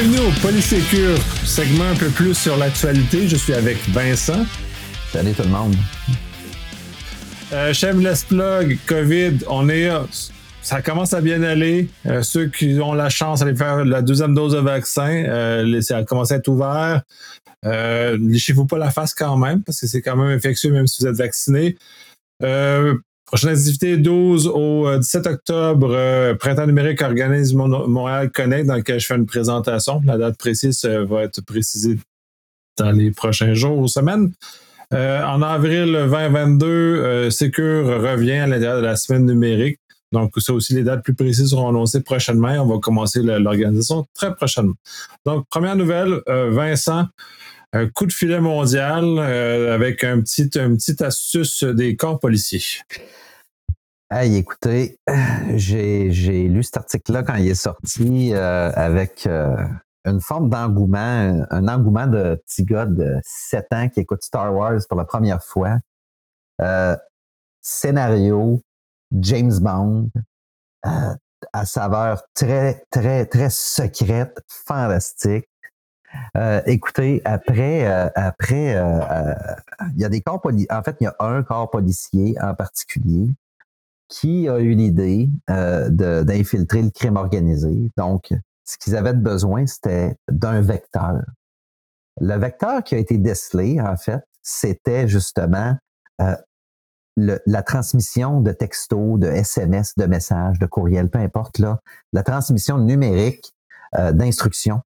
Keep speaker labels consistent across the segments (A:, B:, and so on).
A: Bienvenue au Polysécure, segment un peu plus sur l'actualité. Je suis avec Vincent.
B: Salut tout le monde.
A: Shameless plug, COVID, ça commence à bien aller. Ceux qui ont la chance d'aller faire la deuxième dose de vaccin, ça a commencé à être ouvert. Léchez-vous pas la face quand même, parce que c'est quand même infectieux, même si vous êtes vacciné. Prochaine activité, 12 au 17 octobre, Printemps numérique organise Montréal Connect, dans lequel je fais une présentation. La date précise va être précisée dans les prochains jours ou semaines. En avril 2022, Secure revient à l'intérieur de la semaine numérique. Donc, ça aussi, les dates plus précises seront annoncées prochainement. On va commencer l'organisation très prochainement. Donc, première nouvelle, Vincent, un coup de filet mondial avec un petit astuce des corps policiers.
B: Hey, écoutez, j'ai lu cet article-là quand il est sorti avec une forme d'engouement, un engouement de petit gars de 7 ans qui écoute Star Wars pour la première fois. Scénario, James Bond, à saveur très, très, très secrète, fantastique. Écoutez, après, il y a des corps policiers. En fait, il y a un corps policier en particulier qui a eu l'idée d'infiltrer le crime organisé. Donc, ce qu'ils avaient besoin, c'était d'un vecteur. Le vecteur qui a été décelé, en fait, c'était justement la transmission de textos, de SMS, de messages, de courriels, peu importe, là, la transmission numérique d'instructions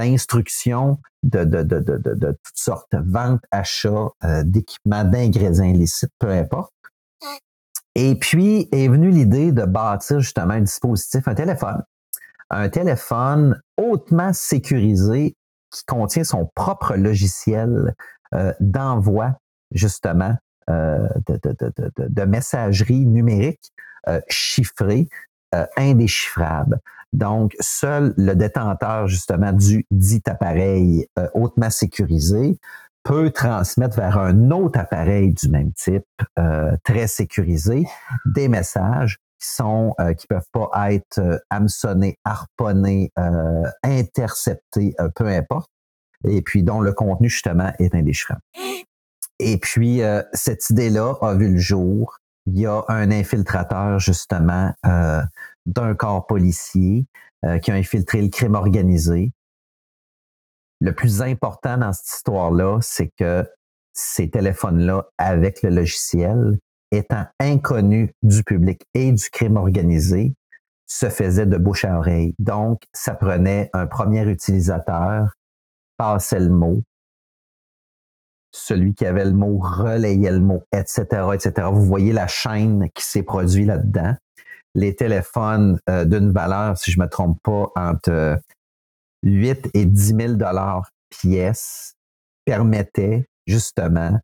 B: de toutes sortes, vente, achat, d'équipements, d'ingrédients illicites, peu importe. Et puis est venue l'idée de bâtir justement un dispositif, un téléphone hautement sécurisé qui contient son propre logiciel d'envoi justement de messagerie numérique chiffrée, indéchiffrable. Donc, seul le détenteur justement du dit appareil hautement sécurisé peut transmettre vers un autre appareil du même type, très sécurisé, des messages qui peuvent pas être hameçonnés, harponnés, interceptés, peu importe, et puis dont le contenu justement est indéchiffrable. Et puis cette idée-là a vu le jour. Il y a un infiltrateur justement d'un corps policier qui a infiltré le crime organisé. Le plus important dans cette histoire-là, c'est que ces téléphones-là, avec le logiciel, étant inconnus du public et du crime organisé, se faisaient de bouche à oreille. Donc, ça prenait un premier utilisateur, passait le mot, celui qui avait le mot relayait le mot, etc., etc. Vous voyez la chaîne qui s'est produite là-dedans. Les téléphones d'une valeur, si je ne me trompe pas, entre 8 et 10 000 pièce permettait justement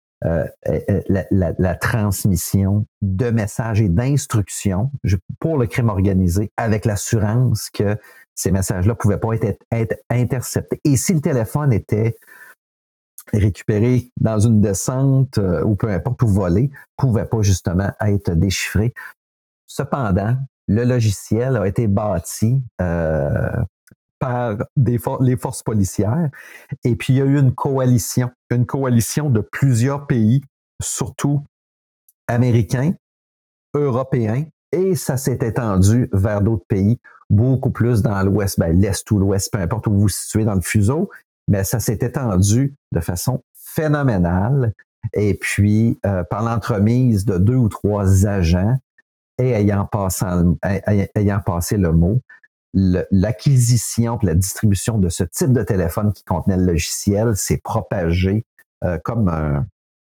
B: la transmission de messages et d'instructions pour le crime organisé avec l'assurance que ces messages-là ne pouvaient pas être interceptés. Et si le téléphone était récupéré dans une descente ou peu importe, ou volé, ne pouvait pas justement être déchiffré. Cependant, le logiciel a été bâti par les forces policières. Et puis, il y a eu une coalition de plusieurs pays, surtout américains, européens, et ça s'est étendu vers d'autres pays, beaucoup plus dans l'Ouest, l'Est ou l'Ouest, peu importe où vous vous situez dans le fuseau, mais ça s'est étendu de façon phénoménale. Et puis, par l'entremise de 2 ou 3 agents, et ayant passé le mot, l'acquisition et la distribution de ce type de téléphone qui contenait le logiciel s'est propagée comme un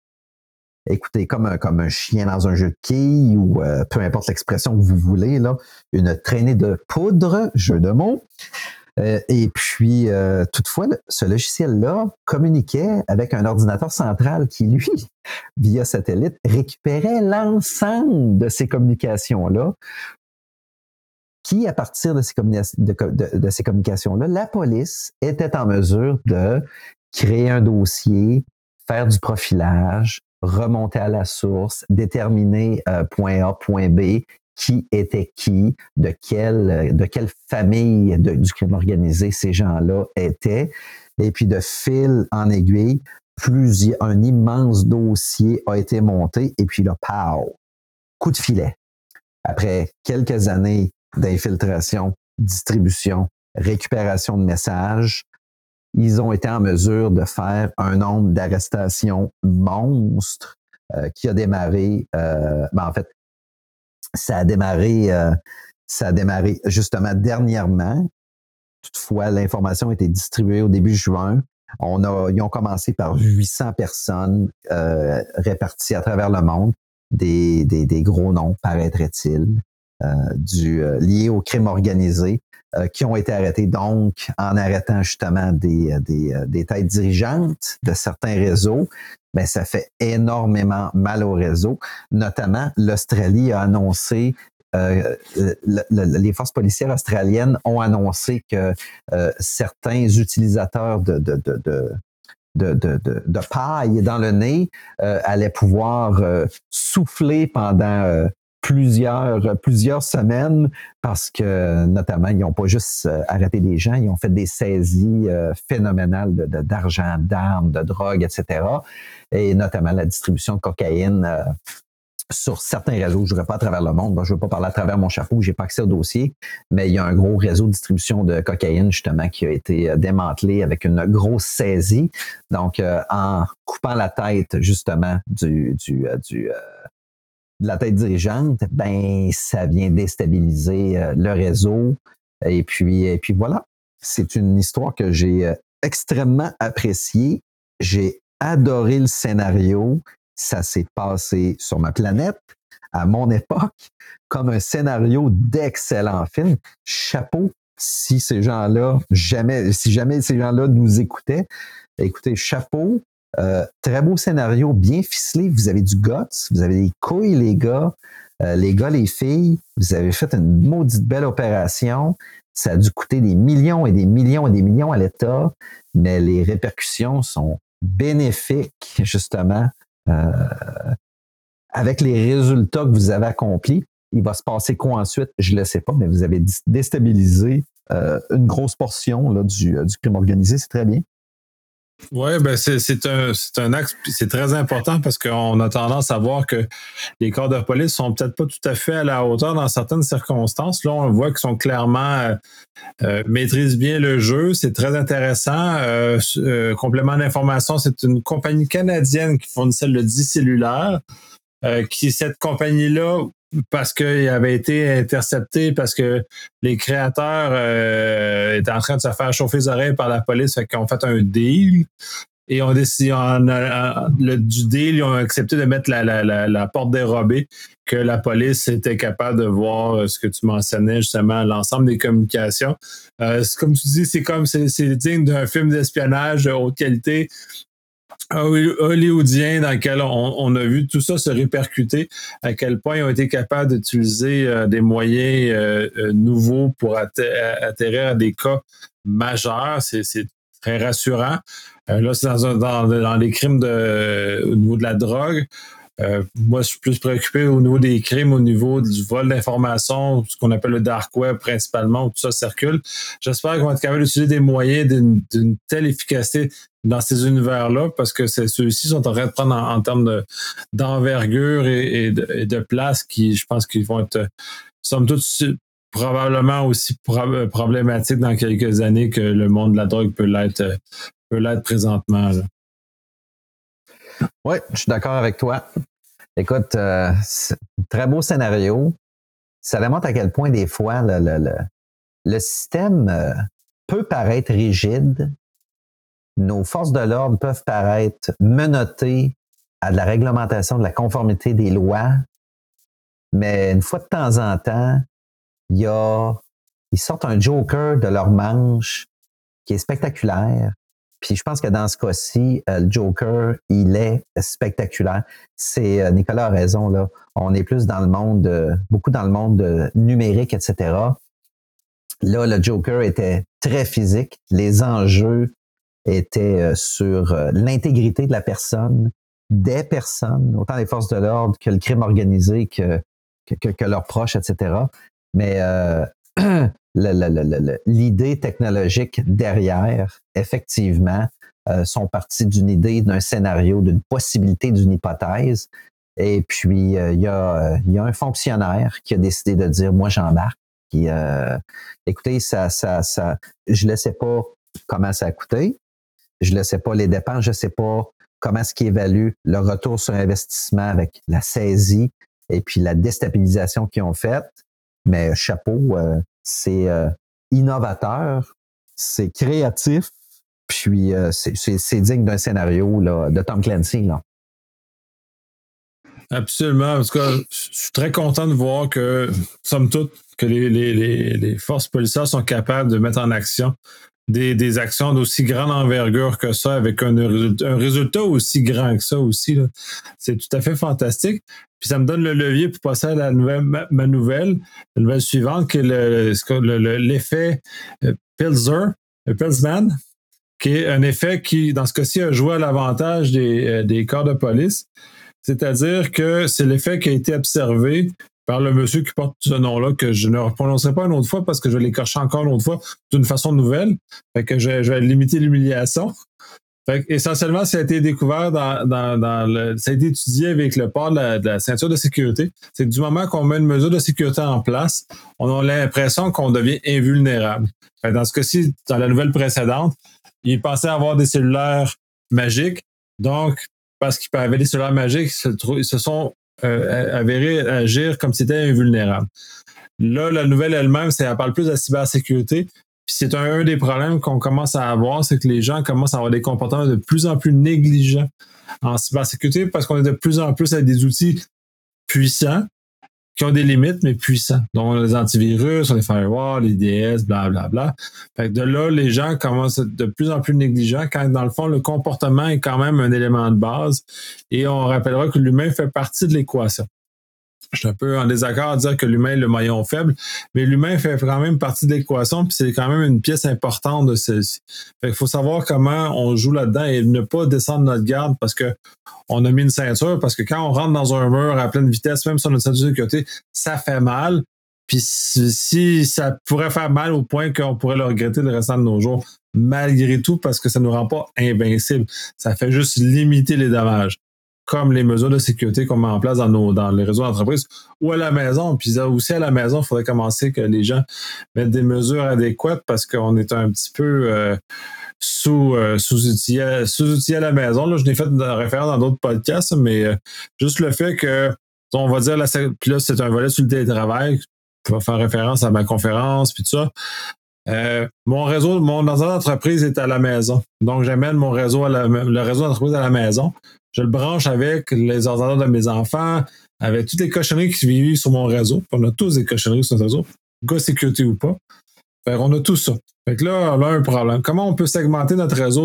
B: chien dans un jeu de quilles ou peu importe l'expression que vous voulez, là, une traînée de poudre, jeu de mots. Et puis, toutefois, ce logiciel-là communiquait avec un ordinateur central qui, lui, via satellite, récupérait l'ensemble de ces communications-là qui, à partir de ces communications-là, la police était en mesure de créer un dossier, faire du profilage, remonter à la source, déterminer point A, point B, qui était qui, de quelle famille du crime organisé ces gens-là étaient. Et puis, de fil en aiguille, un immense dossier a été monté. Et puis là, pow! Coup de filet. Après quelques années d'infiltration, distribution, récupération de messages, ils ont été en mesure de faire un nombre d'arrestations monstres qui a démarré, en fait, ça a démarré justement dernièrement. Toutefois, l'information a été distribuée au début juin. Ils ont commencé par 800 personnes réparties à travers le monde, des gros noms, paraîtrait-il, liés au crime organisé, qui ont été arrêtés. Donc, en arrêtant justement des têtes dirigeantes de certains réseaux, ben ça fait énormément mal au réseau. Notamment, l'Australie a annoncé, les forces policières australiennes ont annoncé que certains utilisateurs de paille dans le nez allaient pouvoir souffler pendant plusieurs semaines parce que, notamment, ils n'ont pas juste arrêté des gens, ils ont fait des saisies phénoménales d'argent, d'armes, de drogue, etc. Et notamment la distribution de cocaïne sur certains réseaux. Je ne dirais pas à travers le monde. Moi, je ne veux pas parler à travers mon chapeau. Je n'ai pas accès au dossier. Mais il y a un gros réseau de distribution de cocaïne, justement, qui a été démantelé avec une grosse saisie. Donc, en coupant la tête, justement, de la tête dirigeante, ben, ça vient déstabiliser le réseau. Et puis voilà. C'est une histoire que j'ai extrêmement appréciée. J'ai adoré le scénario. Ça s'est passé sur ma planète, à mon époque, comme un scénario d'excellent film. Chapeau si ces gens-là, si jamais ces gens-là nous écoutaient. Écoutez, chapeau. Très beau scénario, bien ficelé. Vous avez du guts, vous avez des couilles, les gars, les filles. Vous avez fait une maudite belle opération. Ça a dû coûter des millions et des millions et des millions à l'État, mais les répercussions sont bénéfiques, justement, avec les résultats que vous avez accomplis. Il va se passer quoi ensuite? Je ne le sais pas, mais vous avez déstabilisé une grosse portion là, du crime organisé. C'est très bien.
A: Oui, ben c'est un axe, c'est très important parce qu'on a tendance à voir que les corps de police sont peut-être pas tout à fait à la hauteur dans certaines circonstances. Là, on voit qu'ils sont clairement maîtrisent bien le jeu. C'est très intéressant. Complément d'information, c'est une compagnie canadienne qui fournissait le dit cellulaire. Cette compagnie-là, parce qu'il avait été intercepté, parce que les créateurs étaient en train de se faire chauffer les oreilles par la police, fait qu'ils ont fait un deal. Et on décide, du deal, ils ont accepté de mettre la porte dérobée, que la police était capable de voir ce que tu mentionnais, justement, l'ensemble des communications. Comme tu dis, c'est digne d'un film d'espionnage de haute qualité hollywoodien dans lequel on a vu tout ça se répercuter, à quel point ils ont été capables d'utiliser des moyens nouveaux pour atterrir à des cas majeurs. C'est très rassurant. Là, c'est dans les crimes au niveau de la drogue. Moi, je suis plus préoccupé au niveau des crimes, au niveau du vol d'informations, ce qu'on appelle le dark web principalement, où tout ça circule. J'espère qu'on va être capable d'utiliser des moyens d'une telle efficacité dans ces univers-là, parce que ceux-ci sont en train de prendre en termes d'envergure et de place qui, je pense qu'ils vont être, somme toute, probablement aussi problématiques dans quelques années que le monde de la drogue peut l'être présentement. Là.
B: Oui, je suis d'accord avec toi. Écoute, très beau scénario. Ça démontre à quel point des fois le système peut paraître rigide. Nos forces de l'ordre peuvent paraître menottées à de la réglementation, de la conformité des lois. Mais une fois de temps en temps, ils sortent un joker de leur manche qui est spectaculaire. Puis je pense que dans ce cas-ci, le Joker, il est spectaculaire. Nicolas a raison, là. On est plus dans le monde, beaucoup dans le monde numérique, etc. Là, le Joker était très physique. Les enjeux étaient sur l'intégrité de la personne, des personnes, autant les forces de l'ordre que le crime organisé, que que leurs proches, etc. Mais l'idée technologique derrière, effectivement, sont partis d'une idée, d'un scénario, d'une possibilité, d'une hypothèse. Et puis, il y a un fonctionnaire qui a décidé de dire, moi, j'embarque. Puis, écoutez, je ne sais pas comment ça a coûté. Je ne sais pas les dépenses. Je ne sais pas comment est-ce qu'il évalue le retour sur investissement avec la saisie et puis la déstabilisation qu'ils ont faite. Mais chapeau, c'est innovateur, c'est créatif, puis c'est digne d'un scénario là, de Tom Clancy. Là.
A: Absolument. Parce que je suis très content de voir que, somme toute, que les forces policières sont capables de mettre en action des actions d'aussi grande envergure que ça, avec un résultat aussi grand que ça aussi. Là. C'est tout à fait fantastique. Puis ça me donne le levier pour passer à la nouvelle, ma nouvelle, la nouvelle suivante, qui est l'effet Pilsman, qui est un effet qui, dans ce cas-ci, a joué à l'avantage des corps de police. C'est-à-dire que c'est l'effet qui a été observé par le monsieur qui porte ce nom-là, que je ne prononcerai pas une autre fois parce que je vais l'écorcher encore une autre fois d'une façon nouvelle. Fait que je vais limiter l'humiliation. Fait que, essentiellement, ça a été découvert ça a été étudié avec le port de la ceinture de sécurité. C'est que du moment qu'on met une mesure de sécurité en place, on a l'impression qu'on devient invulnérable. Fait que dans ce cas-ci, dans la nouvelle précédente, il pensait avoir des cellulaires magiques. Donc, parce qu'ils avaient des cellulaires magiques, ils se sont avérés agir comme si c'était invulnérable. Là, la nouvelle elle-même, elle parle plus de la cybersécurité. Puis c'est un des problèmes qu'on commence à avoir, c'est que les gens commencent à avoir des comportements de plus en plus négligents en cybersécurité parce qu'on est de plus en plus avec des outils puissants qui ont des limites, mais puissants. Donc, les antivirus, les firewalls, les DS, blablabla. Fait que de là, les gens commencent à être de plus en plus négligents quand, dans le fond, le comportement est quand même un élément de base. Et on rappellera que l'humain fait partie de l'équation. Je suis un peu en désaccord à dire que l'humain est le maillon faible, mais l'humain fait quand même partie de l'équation, puis c'est quand même une pièce importante de celle-ci. Fait qu'il faut savoir comment on joue là-dedans et ne pas descendre notre garde parce que on a mis une ceinture, parce que quand on rentre dans un mur à pleine vitesse, même sur notre ceinture de sécurité, ça fait mal. Puis si ça pourrait faire mal au point qu'on pourrait le regretter le restant de nos jours, malgré tout, parce que ça ne nous rend pas invincibles. Ça fait juste limiter les dommages, comme les mesures de sécurité qu'on met en place dans les réseaux d'entreprise ou à la maison. Puis aussi à la maison, il faudrait commencer que les gens mettent des mesures adéquates parce qu'on est un petit peu sous-outillé à la maison. Là, je l'ai fait référence dans d'autres podcasts, mais juste le fait que, on va dire, puis là, c'est un volet sur le télétravail, qui va faire référence à ma conférence, puis tout ça. Mon ordinateur d'entreprise est à la maison. Donc, j'amène le réseau d'entreprise à la maison. Je le branche avec les ordinateurs de mes enfants, avec toutes les cochonneries qui vivent sur mon réseau. On a tous des cochonneries sur notre réseau, gars sécurité ou pas. Fait qu'on a tout ça. Fait que là, on a un problème. Comment on peut segmenter notre réseau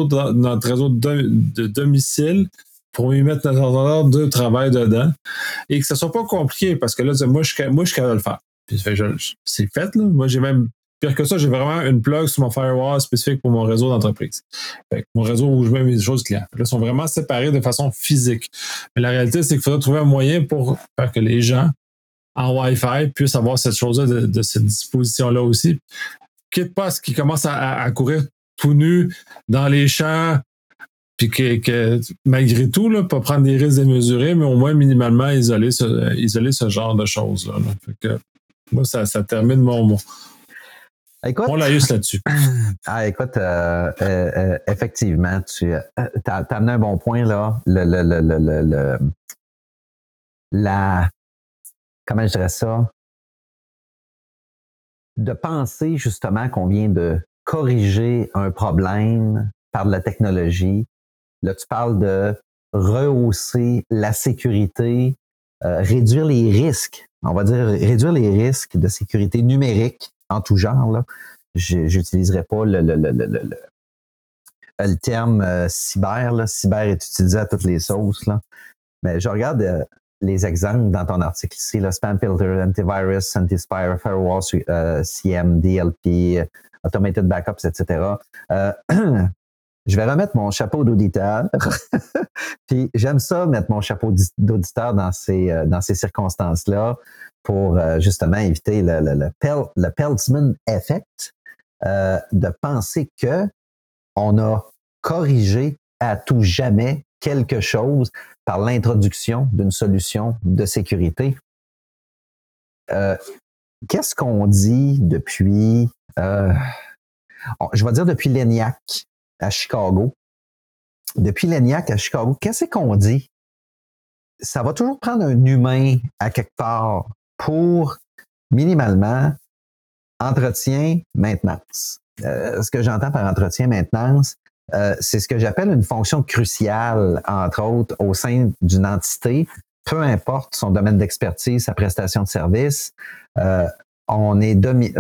A: de domicile pour y mettre notre ordinateur de travail dedans et que ce soit pas compliqué parce que là, moi, je suis capable de le faire. Puis, c'est fait, là. Moi, j'ai même pire que ça, j'ai vraiment une plug sur mon firewall spécifique pour mon réseau d'entreprise. Fait que mon réseau où je mets mes choses clients. Là, ils sont vraiment séparés de façon physique. Mais la réalité, c'est qu'il faudrait trouver un moyen pour faire que les gens en Wi-Fi puissent avoir cette chose-là de cette disposition-là aussi. Quitte pas à ce qu'ils commencent à courir tout nu dans les champs, puis que malgré tout, là, pas prendre des risques démesurés, mais au moins minimalement isoler ce genre de choses-là. Là. Fait que, moi, ça termine mon
B: écoute,
A: on l'a eu là-dessus.
B: Ah, écoute, effectivement, tu as amené un bon point, là. Comment je dirais ça? De penser justement qu'on vient de corriger un problème par de la technologie. Là, tu parles de rehausser la sécurité, réduire les risques, on va dire réduire les risques de sécurité numérique en tout genre. Là. J'utiliserai pas le terme cyber. Là. Cyber est utilisé à toutes les sauces. Là. Mais je regarde les exemples dans ton article ici, le spam filter, antivirus, anti-spyware, firewall, CM, DLP, automated backups, etc. Je vais remettre mon chapeau d'auditeur Puis j'aime ça, mettre mon chapeau d'auditeur dans ces circonstances-là pour justement éviter le Peltzman effect, de penser que on a corrigé à tout jamais quelque chose par l'introduction d'une solution de sécurité. Qu'est-ce qu'on dit depuis, je vais dire depuis l'ENIAC à Chicago. Depuis l'ENIAC à Chicago, qu'est-ce qu'on dit? Ça va toujours prendre un humain à quelque part pour, minimalement, entretien, maintenance. Ce que j'entends par entretien, maintenance, c'est ce que j'appelle une fonction cruciale, entre autres, au sein d'une entité, peu importe son domaine d'expertise, sa prestation de service. On est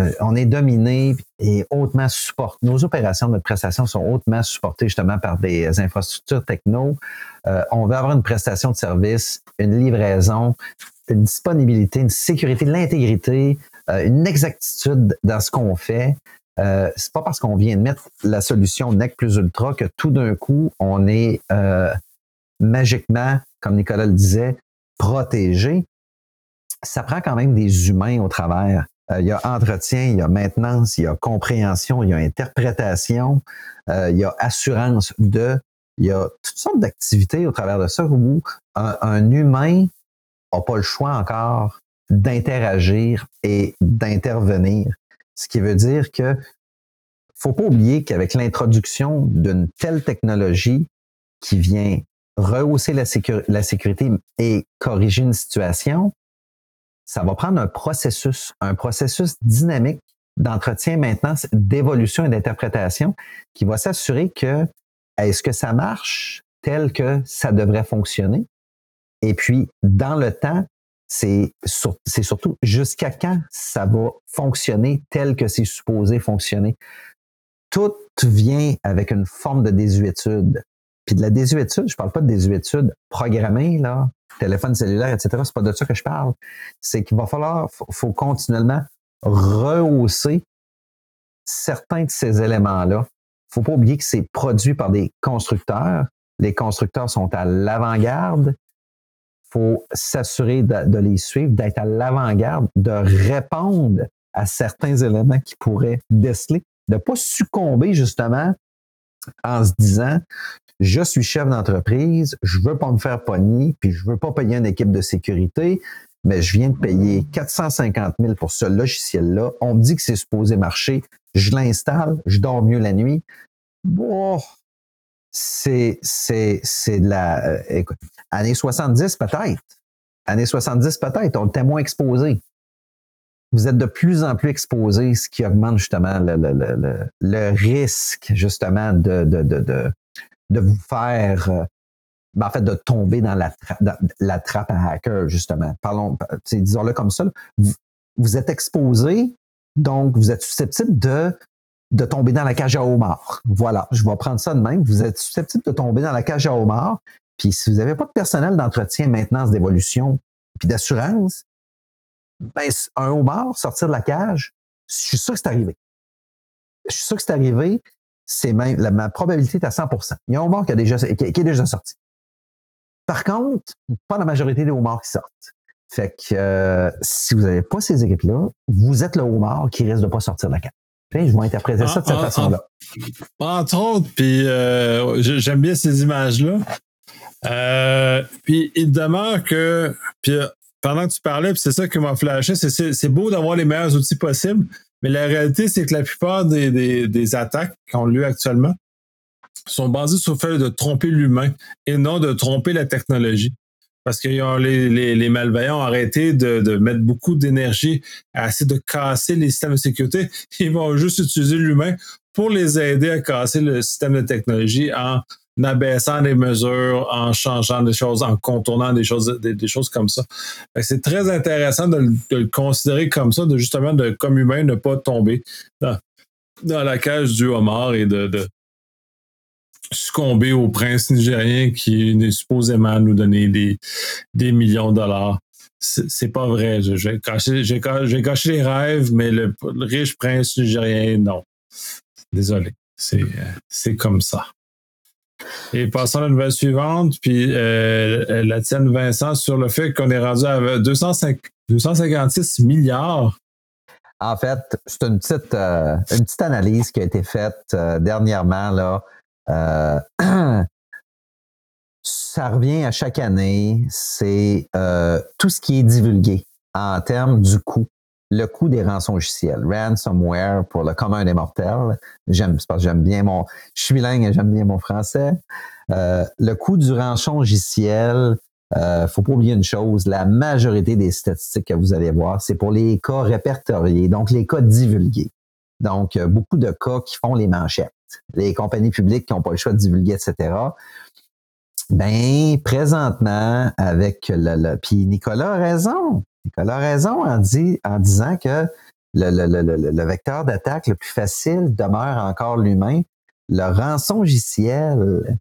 B: dominé et hautement supporté. Nos opérations, notre prestation sont hautement supportées justement par des infrastructures techno. On veut avoir une prestation de service, une livraison, une disponibilité, une sécurité, l'intégrité, une exactitude dans ce qu'on fait. C'est pas parce qu'on vient de mettre la solution NEC plus ultra que tout d'un coup, on est magiquement, comme Nicolas le disait, protégé. Ça prend quand même des humains au travers. Il y a entretien, il y a maintenance, il y a compréhension, il y a interprétation, il y a assurance il y a toutes sortes d'activités au travers de ça où un humain n'a pas le choix encore d'interagir et d'intervenir. Ce qui veut dire que faut pas oublier qu'avec l'introduction d'une telle technologie qui vient rehausser la sécurité et corriger une situation, ça va prendre un processus dynamique d'entretien, maintenance, d'évolution et d'interprétation qui va s'assurer que est-ce que ça marche tel que ça devrait fonctionner? Et puis, dans le temps, c'est surtout jusqu'à quand ça va fonctionner tel que c'est supposé fonctionner. Tout vient avec une forme de désuétude. Puis de la désuétude, je parle pas de désuétude programmée, là, téléphone cellulaire, etc. C'est pas de ça que je parle. C'est qu'il faut continuellement rehausser certains de ces éléments-là. Faut pas oublier que c'est produit par des constructeurs. Les constructeurs sont à l'avant-garde. Faut s'assurer de les suivre, d'être à l'avant-garde, de répondre à certains éléments qui pourraient déceler, de pas succomber justement en se disant je suis chef d'entreprise, je veux pas me faire pogner, puis je veux pas payer une équipe de sécurité, mais je viens de payer 450 000 pour ce logiciel-là. On me dit que c'est supposé marcher, je l'installe, je dors mieux la nuit. Bon, c'est de la... écoute, années 70 peut-être. Années 70 peut-être, on était moins exposé. Vous êtes de plus en plus exposé, ce qui augmente justement le risque justement de vous faire, en fait, de tomber dans la trappe à hacker, justement. Disons-le comme ça. Là. Vous êtes exposé, donc vous êtes susceptible de tomber dans la cage à homard. Voilà, je vais prendre ça de même. Vous êtes susceptible de tomber dans la cage à homard. Puis si vous n'avez pas de personnel d'entretien, maintenance, d'évolution, puis d'assurance, ben, un homard sortir de la cage, je suis sûr que c'est arrivé. Je suis sûr que c'est arrivé. C'est même, ma probabilité est à 100%. Il y a un homard qui est déjà sorti. Par contre, pas la majorité des homards qui sortent. Fait que si vous n'avez pas ces équipes-là, vous êtes le homard qui risque de pas sortir de la cage. Puis, je vais interpréter ça de cette façon-là.
A: Entre autres, puis j'aime bien ces images-là. Puis il demeure que, puis pendant que tu parlais, puis c'est ça qui m'a flashé, c'est beau d'avoir les meilleurs outils possibles, mais la réalité, c'est que la plupart des attaques qui ont lieu actuellement sont basées sur le fait de tromper l'humain et non de tromper la technologie. Parce que les malveillants ont arrêté de mettre beaucoup d'énergie à essayer de casser les systèmes de sécurité. Ils vont juste utiliser l'humain pour les aider à casser le système de technologie en abaissant les mesures, en changeant des choses, en contournant des choses comme ça. Fait que c'est très intéressant de le considérer comme ça, justement, comme humain, ne pas tomber dans la cage du homard et de succomber au prince nigérien qui est supposément nous donner des millions de dollars. C'est pas vrai. J'ai gâché les rêves, mais le riche prince nigérien, non. Désolé. C'est comme ça. Et passons à la nouvelle suivante, puis la tienne, Vincent, sur le fait qu'on est rendu à 256 milliards.
B: En fait, c'est une petite analyse qui a été faite dernièrement, là. Ça revient à chaque année, c'est tout ce qui est divulgué en termes du coût. Le coût des rançongiciels, ransomware pour le commun des mortels. C'est parce que je suis bilingue et j'aime bien mon français. Le coût du rançongiciel, faut pas oublier une chose, la majorité des statistiques que vous allez voir, c'est pour les cas répertoriés, donc les cas divulgués. Donc, beaucoup de cas qui font les manchettes. Les compagnies publiques qui n'ont pas le choix de divulguer, etc. Ben, présentement, avec puis Nicolas a raison. Nicolas a raison en disant que le vecteur d'attaque le plus facile demeure encore l'humain. Le rançongiciel,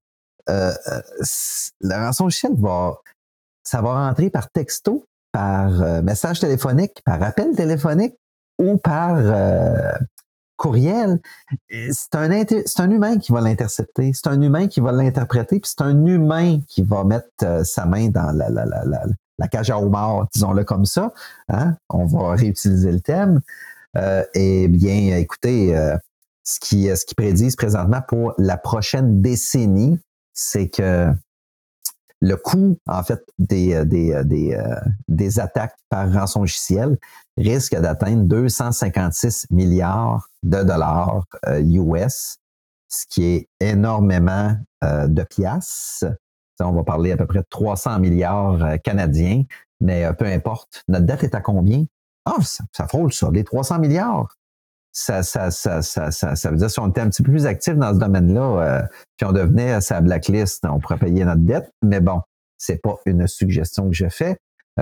B: ça va rentrer par texto, par message téléphonique, par appel téléphonique ou par courriel. C'est un humain qui va l'intercepter, c'est un humain qui va l'interpréter, puis c'est un humain qui va mettre sa main dans la cage à homards, disons-le comme ça. Hein? On va réutiliser le thème. Eh bien, écoutez, ce qui prédisent présentement pour la prochaine décennie, c'est que le coût, en fait, des attaques par rançongiciel risque d'atteindre 256 milliards de dollars US, ce qui est énormément de piastres. On va parler à peu près de 300 milliards canadiens, mais peu importe. Notre dette est à combien? Ah, ça frôle ça, les 300 milliards. Ça veut dire si on était un petit peu plus actif dans ce domaine-là, puis on devenait à sa blacklist, on pourrait payer notre dette. Mais bon, c'est pas une suggestion que je fais.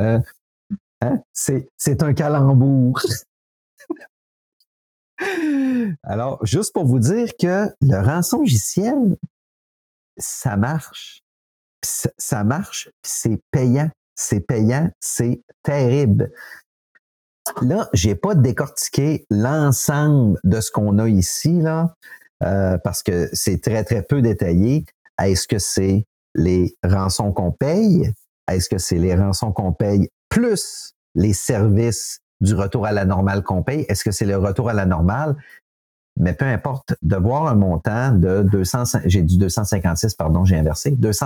B: C'est un calembour. Alors, juste pour vous dire que le rançongiciel, ça marche. Ça marche, puis c'est payant. C'est payant, c'est terrible. Là, j'ai pas décortiqué l'ensemble de ce qu'on a ici, là, parce que c'est très, très peu détaillé. Est-ce que c'est les rançons qu'on paye? Est-ce que c'est les rançons qu'on paye plus les services du retour à la normale qu'on paye? Est-ce que c'est le retour à la normale? Mais peu importe, de voir un montant de 256, pardon, j'ai inversé,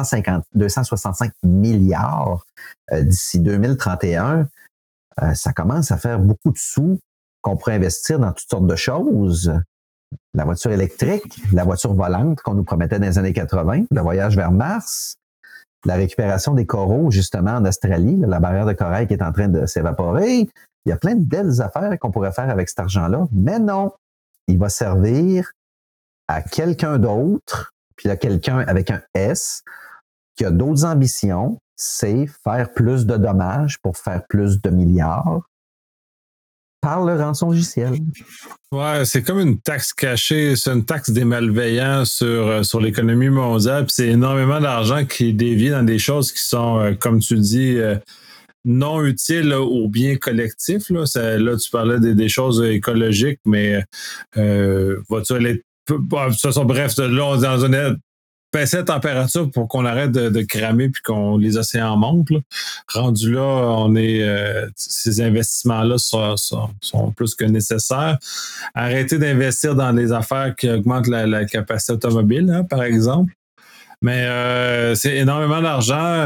B: 265 milliards d'ici 2031, ça commence à faire beaucoup de sous qu'on pourrait investir dans toutes sortes de choses. La voiture électrique, la voiture volante qu'on nous promettait dans les années 80, le voyage vers Mars, la récupération des coraux, justement, en Australie, la barrière de corail qui est en train de s'évaporer. Il y a plein de belles affaires qu'on pourrait faire avec cet argent-là, mais non, il va servir à quelqu'un d'autre, puis à quelqu'un avec un S, qui a d'autres ambitions, c'est faire plus de dommages pour faire plus de milliards par le rançongiciel.
A: Ouais, c'est comme une taxe cachée, c'est une taxe des malveillants sur l'économie mondiale, puis c'est énormément d'argent qui est dévié dans des choses qui sont, comme tu dis, non utiles là, au bien collectif. Là, tu parlais des choses écologiques, mais voiture électrique, bref, là, on est dans une baisser la température pour qu'on arrête de cramer puis qu'on les océans montent. Là. Rendu là, on est ces investissements-là sont plus que nécessaires. Arrêter d'investir dans des affaires qui augmentent la capacité automobile, hein, par exemple. Mais c'est énormément d'argent.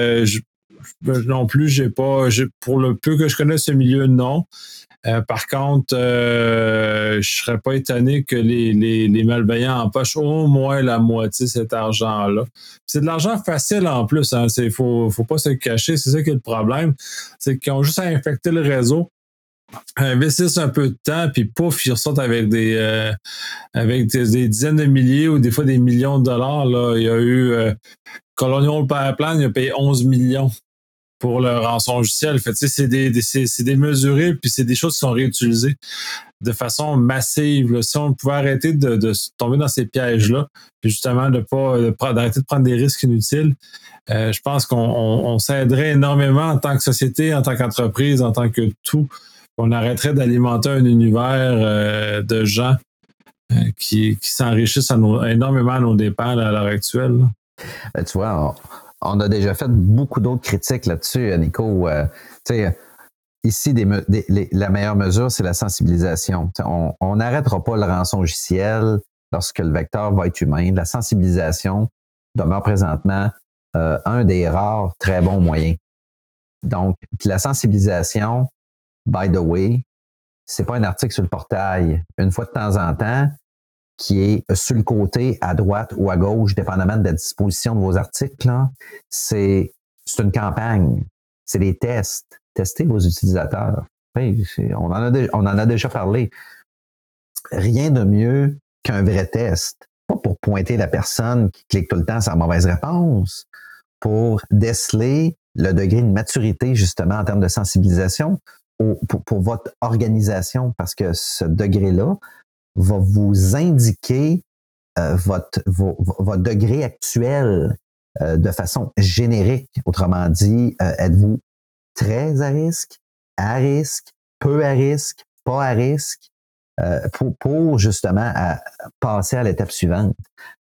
A: Non plus, pour le peu que je connais ce milieu, non. Par contre, je serais pas étonné que les malveillants empochent au moins la moitié de cet argent-là. C'est de l'argent facile en plus. Hein. Faut pas se cacher. C'est ça qui est le problème. C'est qu'ils ont juste à infecter le réseau, investissent un peu de temps, puis pouf, ils ressortent avec des dizaines de milliers ou des fois des millions de dollars. Là. Il y a eu Colonial Pipeline, il a payé 11 millions. Pour le rançongiciel. Fait, c'est démesuré, puis c'est des choses qui sont réutilisées de façon massive. Là. Si on pouvait arrêter de tomber dans ces pièges-là, puis justement d'arrêter de prendre des risques inutiles, je pense qu'on s'aiderait énormément en tant que société, en tant qu'entreprise, en tant que tout. On arrêterait d'alimenter un univers de gens qui s'enrichissent énormément à nos dépens là, à l'heure actuelle.
B: Tu vois, on a déjà fait beaucoup d'autres critiques là-dessus, Nico. Ici, la meilleure mesure, c'est la sensibilisation. On n'arrêtera pas le rançongiciel lorsque le vecteur va être humain. La sensibilisation demeure présentement un des rares très bons moyens. Donc, la sensibilisation, by the way, c'est pas un article sur le portail, une fois de temps en temps, qui est sur le côté, à droite ou à gauche, dépendamment de la disposition de vos articles. Là. C'est une campagne. C'est des tests. Testez vos utilisateurs. On en a déjà parlé. Rien de mieux qu'un vrai test. Pas pour pointer la personne qui clique tout le temps sa mauvaise réponse, pour déceler le degré de maturité, justement, en termes de sensibilisation pour votre organisation, parce que ce degré-là va vous indiquer votre degré actuel de façon générique. Autrement dit, êtes-vous très à risque, peu à risque, pas à risque, pour justement passer à l'étape suivante.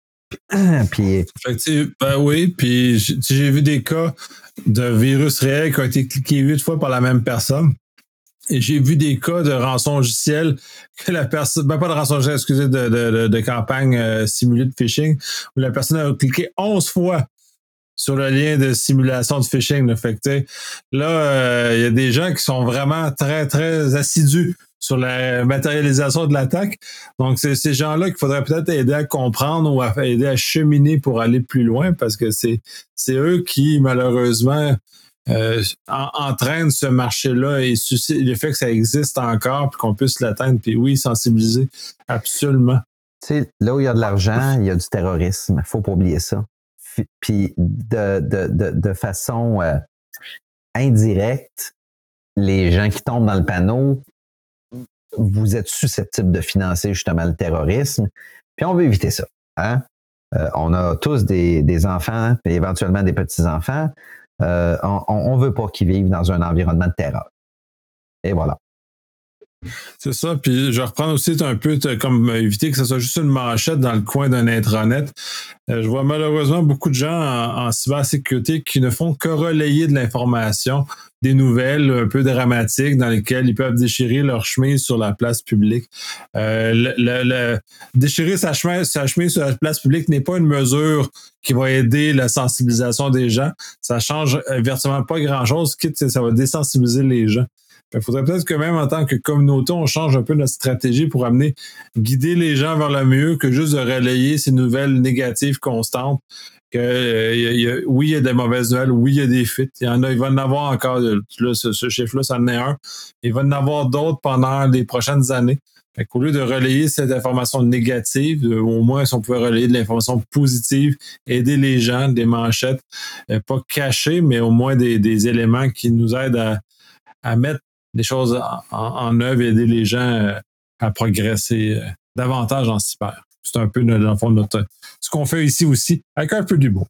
B: Puis,
A: oui, puis j'ai vu des cas de virus réel qui ont été cliqués 8 fois par la même personne. Et j'ai vu des cas de rançongiciel que la personne, pas de rançongiciel, excusez, de campagne simulée de phishing, où la personne a cliqué 11 fois sur le lien de simulation de phishing. Là, fait que, là, il y a des gens qui sont vraiment très, très assidus sur la matérialisation de l'attaque. Donc, c'est ces gens-là qu'il faudrait peut-être aider à comprendre ou aider à cheminer pour aller plus loin, parce que c'est eux qui, malheureusement, entraînent ce marché-là et le fait que ça existe encore puis qu'on puisse l'atteindre. Puis oui, sensibiliser, absolument.
B: Tu sais, là où il y a de l'argent, il y a du terrorisme. Il ne faut pas oublier ça. Puis de façon indirecte, les gens qui tombent dans le panneau, vous êtes susceptibles de financer justement le terrorisme. Puis on veut éviter ça. Hein? On a tous des enfants et éventuellement des petits-enfants. On veut pas qu'ils vivent dans un environnement de terreur. Et voilà.
A: C'est ça, puis je reprends aussi un peu comme éviter que ce soit juste une manchette dans le coin d'un intranet. Je vois malheureusement beaucoup de gens en cybersécurité qui ne font que relayer de l'information, des nouvelles un peu dramatiques dans lesquelles ils peuvent déchirer leur chemise sur la place publique. Déchirer sa chemise sur la place publique n'est pas une mesure qui va aider la sensibilisation des gens. Ça change virtuellement pas grand-chose, quitte que ça va désensibiliser les gens. Il faudrait peut-être que même en tant que communauté, on change un peu notre stratégie pour guider les gens vers le mieux que juste de relayer ces nouvelles négatives constantes. Oui, il y a des mauvaises nouvelles, oui, il y a des fuites. Il va en avoir encore, là, ce chiffre-là, ça en est un. Il va en avoir d'autres pendant les prochaines années. Au lieu de relayer cette information négative, au moins, si on pouvait relayer de l'information positive, aider les gens, des manchettes, pas cachées, mais au moins des éléments qui nous aident à mettre des choses en œuvre et aider les gens à progresser davantage en cyber. C'est un peu, dans le fond, ce qu'on fait ici aussi, avec un peu d'humour.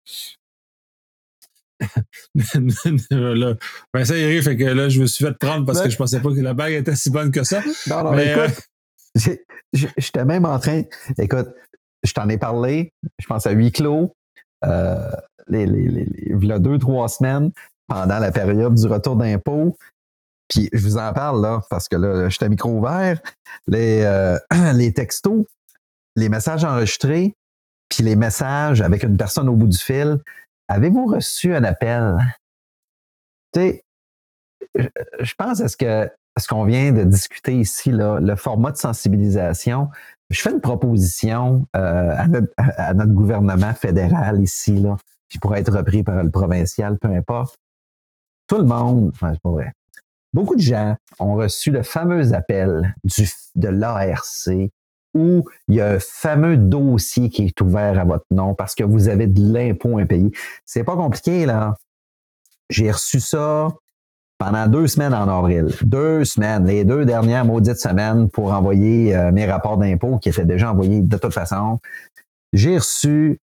A: Là, ben ça y est, fait que là, je me suis fait prendre parce que je pensais pas que la bague était si bonne que ça.
B: Non, mais écoute, j'étais même en train... Écoute, je t'en ai parlé, je pense à huis clos, il y a 2-3 semaines, pendant la période du retour d'impôt. Puis je vous en parle là, parce que là, j'étais micro ouvert. Les textos, les messages enregistrés, puis les messages avec une personne au bout du fil. Avez-vous reçu un appel? Tu sais, je pense à ce qu'on vient de discuter ici, là, le format de sensibilisation. Je fais une proposition à notre gouvernement fédéral ici, là, qui pourrait être repris par le provincial, peu importe. Tout le monde, enfin, c'est pas vrai. Beaucoup de gens ont reçu le fameux appel de l'ARC où il y a un fameux dossier qui est ouvert à votre nom parce que vous avez de l'impôt impayé. C'est pas compliqué, là. J'ai reçu ça pendant 2 semaines en avril. 2 semaines, les 2 dernières maudites semaines pour envoyer mes rapports d'impôt qui étaient déjà envoyés de toute façon. J'ai reçu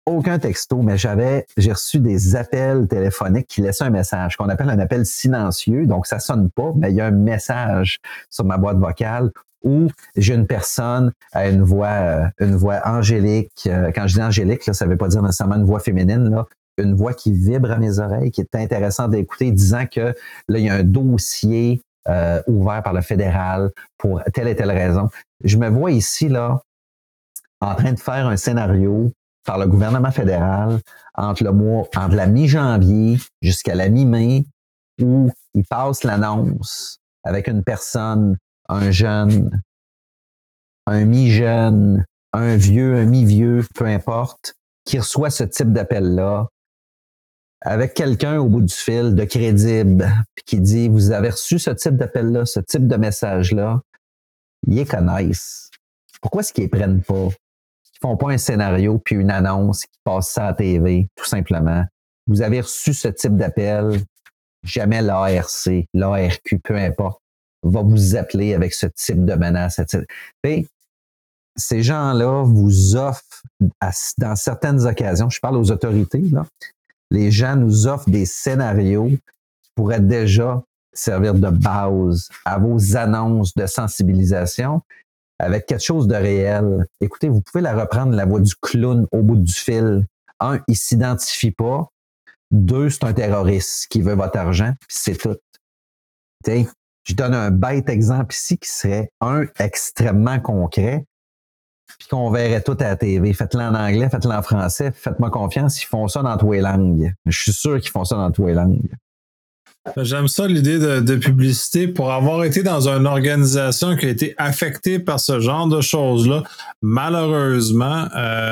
B: aucun texto, mais j'ai reçu des appels téléphoniques qui laissaient un message, qu'on appelle un appel silencieux. Donc, ça sonne pas, mais il y a un message sur ma boîte vocale où j'ai une personne à une voix angélique. Quand je dis angélique, là, ça veut pas dire nécessairement une voix féminine, là. Une voix qui vibre à mes oreilles, qui est intéressante d'écouter, disant que là, il y a un dossier ouvert par le fédéral pour telle et telle raison. Je me vois ici, là, en train de faire un scénario par le gouvernement fédéral entre la mi-janvier jusqu'à la mi-mai, où il passe l'annonce avec une personne, un jeune, un mi-jeune, un vieux, un mi-vieux, peu importe, qui reçoit ce type d'appel-là, avec quelqu'un au bout du fil de crédible, puis qui dit, vous avez reçu ce type d'appel-là, ce type de message-là, ils les connaissent. Pourquoi est-ce qu'ils les prennent pas? Ils font pas un scénario puis une annonce qui passe ça à la TV, tout simplement. Vous avez reçu ce type d'appel, jamais l'ARC, l'ARQ, peu importe, va vous appeler avec ce type de menace. Et ces gens-là vous offrent, dans certaines occasions, je parle aux autorités, là, les gens nous offrent des scénarios qui pourraient déjà servir de base à vos annonces de sensibilisation avec quelque chose de réel. Écoutez, vous pouvez la reprendre, la voix du clown au bout du fil. Un, il s'identifie pas. Deux, c'est un terroriste qui veut votre argent, puis c'est tout. T'sais, je donne un bête exemple ici qui serait un extrêmement concret, puis qu'on verrait tout à la TV. Faites-le en anglais, faites-le en français, faites-moi confiance, ils font ça dans tous les langues. Je suis sûr qu'ils font ça dans tous les langues.
A: J'aime ça, l'idée de publicité. Pour avoir été dans une organisation qui a été affectée par ce genre de choses-là, malheureusement,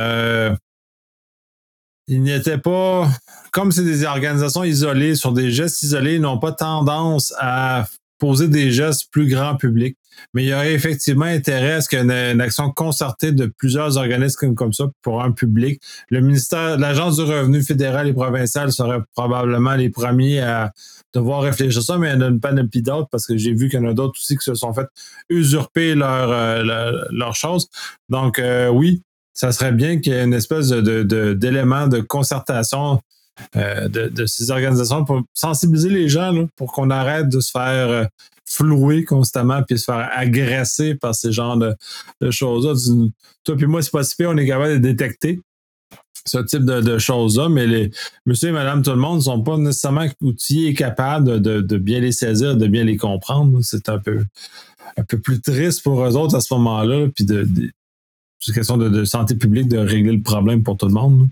A: il n'était pas... Comme c'est des organisations isolées, sur des gestes isolés, ils n'ont pas tendance à poser des gestes plus grand public. Mais il y aurait effectivement intérêt à ce qu'il y ait une action concertée de plusieurs organismes comme ça pour un public. Le ministère, l'Agence du revenu fédéral et provincial seraient probablement les premiers à devoir réfléchir à ça, mais il y en a une panoplie d'autres parce que j'ai vu qu'il y en a d'autres aussi qui se sont fait usurper leur chose. Donc, oui, ça serait bien qu'il y ait une espèce d'élément de concertation de ces organisations pour sensibiliser les gens là, pour qu'on arrête de se faire flouer constamment puis se faire agresser par ces genres de choses-là. Toi puis moi, c'est pas si pire, on est capable de détecter ce type de choses-là, mais les monsieur et madame tout le monde ne sont pas nécessairement outillés et capables de bien les saisir, de bien les comprendre. C'est un peu plus triste pour eux autres à ce moment-là, puis c'est une question de santé publique de régler le problème pour tout le monde.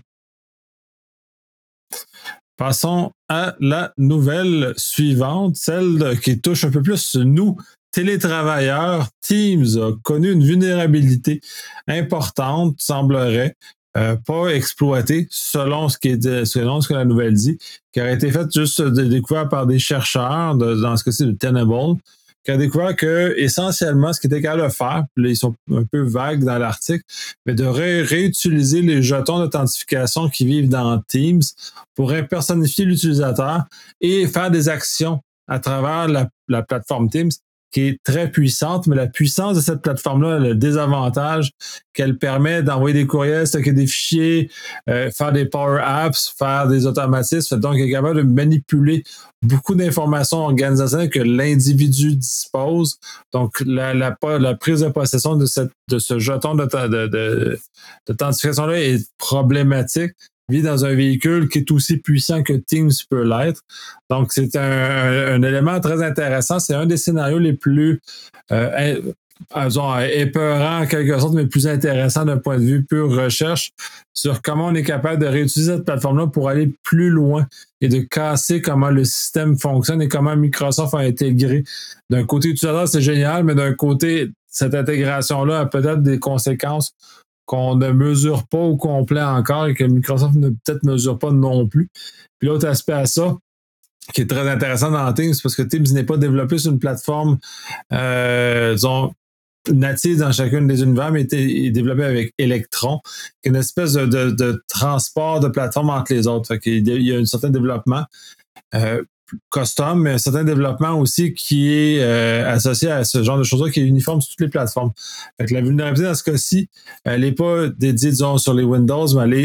A: Passons à la nouvelle suivante, celle qui touche un peu plus nous, télétravailleurs. Teams a connu une vulnérabilité importante, semblerait, pas exploitée, selon ce que la nouvelle dit, qui aurait été faite juste découvert par des chercheurs, dans ce cas-ci de Tenable, qui a découvert que, essentiellement, ce qu'ils étaient capables de faire, puis là, ils sont un peu vagues dans l'article, mais de réutiliser les jetons d'authentification qui vivent dans Teams pour impersonnifier l'utilisateur et faire des actions à travers la plateforme Teams, qui est très puissante, mais la puissance de cette plateforme-là a le désavantage qu'elle permet d'envoyer des courriels, stocker des fichiers, faire des Power Apps, faire des automatismes. Donc, elle est capable de manipuler beaucoup d'informations organisationnelles que l'individu dispose. Donc, la prise de possession de ce jeton d'authentification-là est problématique. Vit dans un véhicule qui est aussi puissant que Teams peut l'être. Donc, c'est un élément très intéressant. C'est un des scénarios les plus épeurants en quelque sorte, mais plus intéressants d'un point de vue pure recherche sur comment on est capable de réutiliser cette plateforme-là pour aller plus loin et de casser comment le système fonctionne et comment Microsoft a intégré. D'un côté utilisateur, c'est génial, mais d'un côté, cette intégration-là a peut-être des conséquences qu'on ne mesure pas au complet encore et que Microsoft ne peut-être mesure pas non plus. Puis l'autre aspect à ça, qui est très intéressant dans Teams, c'est parce que Teams n'est pas développé sur une plateforme, disons, native dans chacune des univers, mais est développé avec Electron, qui est une espèce de transport de plateforme entre les autres. Fait qu'il y a un certain développement custom, mais un certain développement aussi qui est associé à ce genre de choses-là, qui est uniforme sur toutes les plateformes. Fait que la vulnérabilité dans ce cas-ci, elle n'est pas dédiée, disons, sur les Windows, mais elle est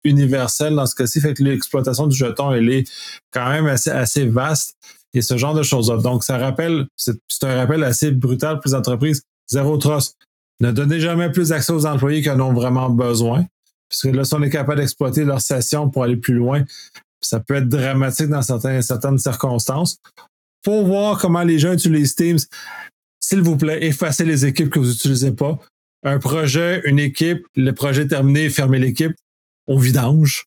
A: universel dans ce cas-ci, fait que l'exploitation du jeton, elle est quand même assez vaste et ce genre de choses-là. Donc, c'est un rappel assez brutal pour les entreprises. Zéro trust. Ne donnez jamais plus d'accès aux employés qui en ont vraiment besoin. Puisque là, si on est capable d'exploiter leur session pour aller plus loin, ça peut être dramatique dans certaines circonstances. Pour voir comment les gens utilisent Teams, s'il vous plaît, effacez les équipes que vous n'utilisez pas. Un projet, une équipe, le projet terminé, fermez l'équipe au vidange.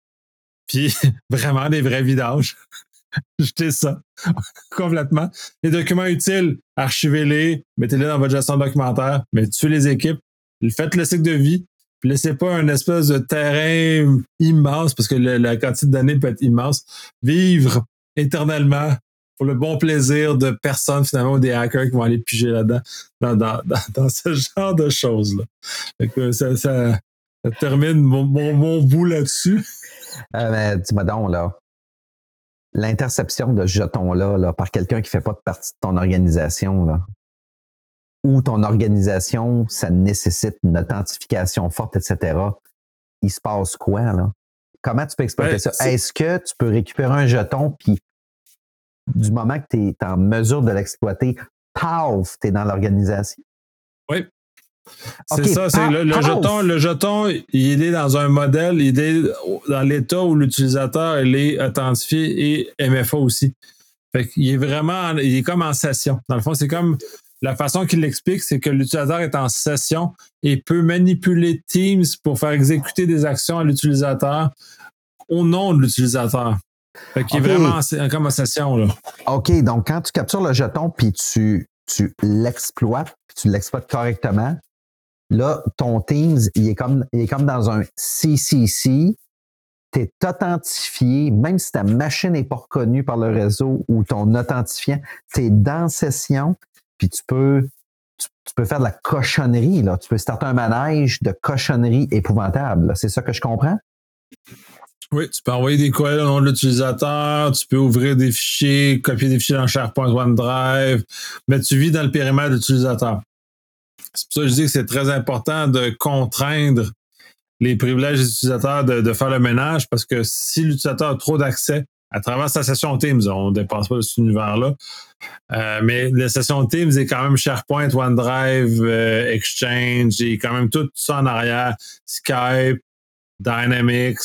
A: Puis vraiment des vrais vidanges. Jetez ça complètement. Les documents utiles, archivez-les, mettez-les dans votre gestion documentaire, mais tuez les équipes, faites le cycle de vie, puis laissez pas un espèce de terrain immense, parce que la quantité de données peut être immense, vivre éternellement pour le bon plaisir de personnes, finalement, ou des hackers qui vont aller piger là-dedans, dans ce genre de choses-là. Fait que ça termine mon bout là-dessus.
B: Mais dis-moi donc, là, l'interception de ce jeton-là là, par quelqu'un qui ne fait pas partie de ton organisation, là, ou ton organisation, ça nécessite une authentification forte, etc., il se passe quoi, là? Comment tu peux exploiter ça? Est-ce que tu peux récupérer un jeton, puis du moment que tu es en mesure de l'exploiter, paf, tu es dans l'organisation?
A: Oui. C'est ça, c'est le jeton, il est dans un modèle, il est dans l'état où l'utilisateur il est authentifié et MFA aussi. Fait qu'il est vraiment, il est comme en session. Dans le fond, c'est comme la façon qu'il l'explique, c'est que l'utilisateur est en session et peut manipuler Teams pour faire exécuter des actions à l'utilisateur au nom de l'utilisateur. Fait qu'il est vraiment comme en session, là.
B: OK, donc quand tu captures le jeton puis tu l'exploites, puis tu l'exploites correctement, là, ton Teams, il est comme dans un CCC. Tu es authentifié, même si ta machine n'est pas reconnue par le réseau ou ton authentifiant, tu es dans session, puis tu peux faire de la cochonnerie. Là. Tu peux starter un manège de cochonnerie épouvantable. Là. C'est ça que je comprends?
A: Oui, tu peux envoyer des courriels au nom de l'utilisateur, tu peux ouvrir des fichiers, copier des fichiers dans SharePoint, OneDrive, mais tu vis dans le périmètre de l'utilisateur. C'est pour ça que je dis que c'est très important de contraindre les privilèges des utilisateurs de faire le ménage, parce que si l'utilisateur a trop d'accès à travers sa session Teams, on ne dépasse pas cet univers-là, mais la session Teams est quand même SharePoint, OneDrive, Exchange, et quand même tout ça en arrière, Skype, Dynamics,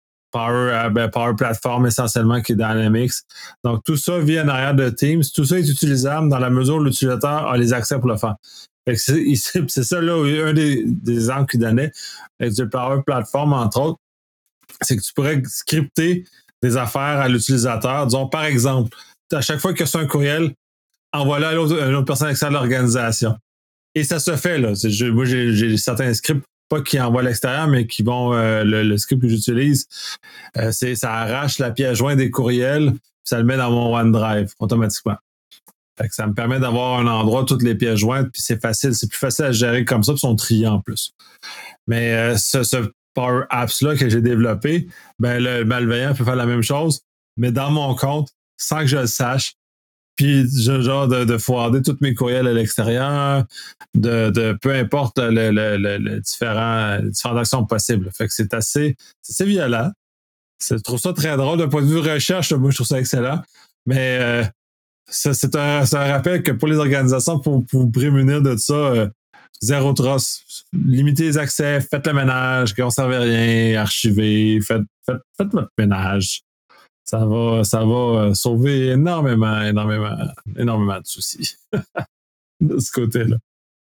A: Power Platform essentiellement qui est Dynamics. Donc tout ça vient en arrière de Teams, tout ça est utilisable dans la mesure où l'utilisateur a les accès pour le faire. C'est ça, là, un des exemples qu'il donnait avec du Power Platform, entre autres, c'est que tu pourrais scripter des affaires à l'utilisateur. Disons, par exemple, à chaque fois qu'il y a un courriel, envoie-le à une autre personne externe de l'organisation. Et ça se fait, là. Moi, j'ai certains scripts, pas qui envoient à l'extérieur, mais qui vont, le script que j'utilise, ça arrache la pièce jointe des courriels, puis ça le met dans mon OneDrive automatiquement. Fait que ça me permet d'avoir un endroit, toutes les pièces jointes, puis c'est facile. C'est plus facile à gérer comme ça, puis ils sont triés en plus. Mais ce Power Apps-là que j'ai développé, ben le malveillant peut faire la même chose, mais dans mon compte, sans que je le sache, puis genre de forwarder tous mes courriels à l'extérieur, de peu importe les différentes actions possibles. Fait que c'est assez violent. Je trouve ça très drôle d'un point de vue recherche. Moi, je trouve ça excellent. Mais c'est un rappel que pour les organisations, pour vous prémunir de ça, zéro trust. Limitez les accès, faites le ménage, qu'on ne serve rien, archivez, faites votre ménage. Ça va sauver énormément de soucis de ce côté-là.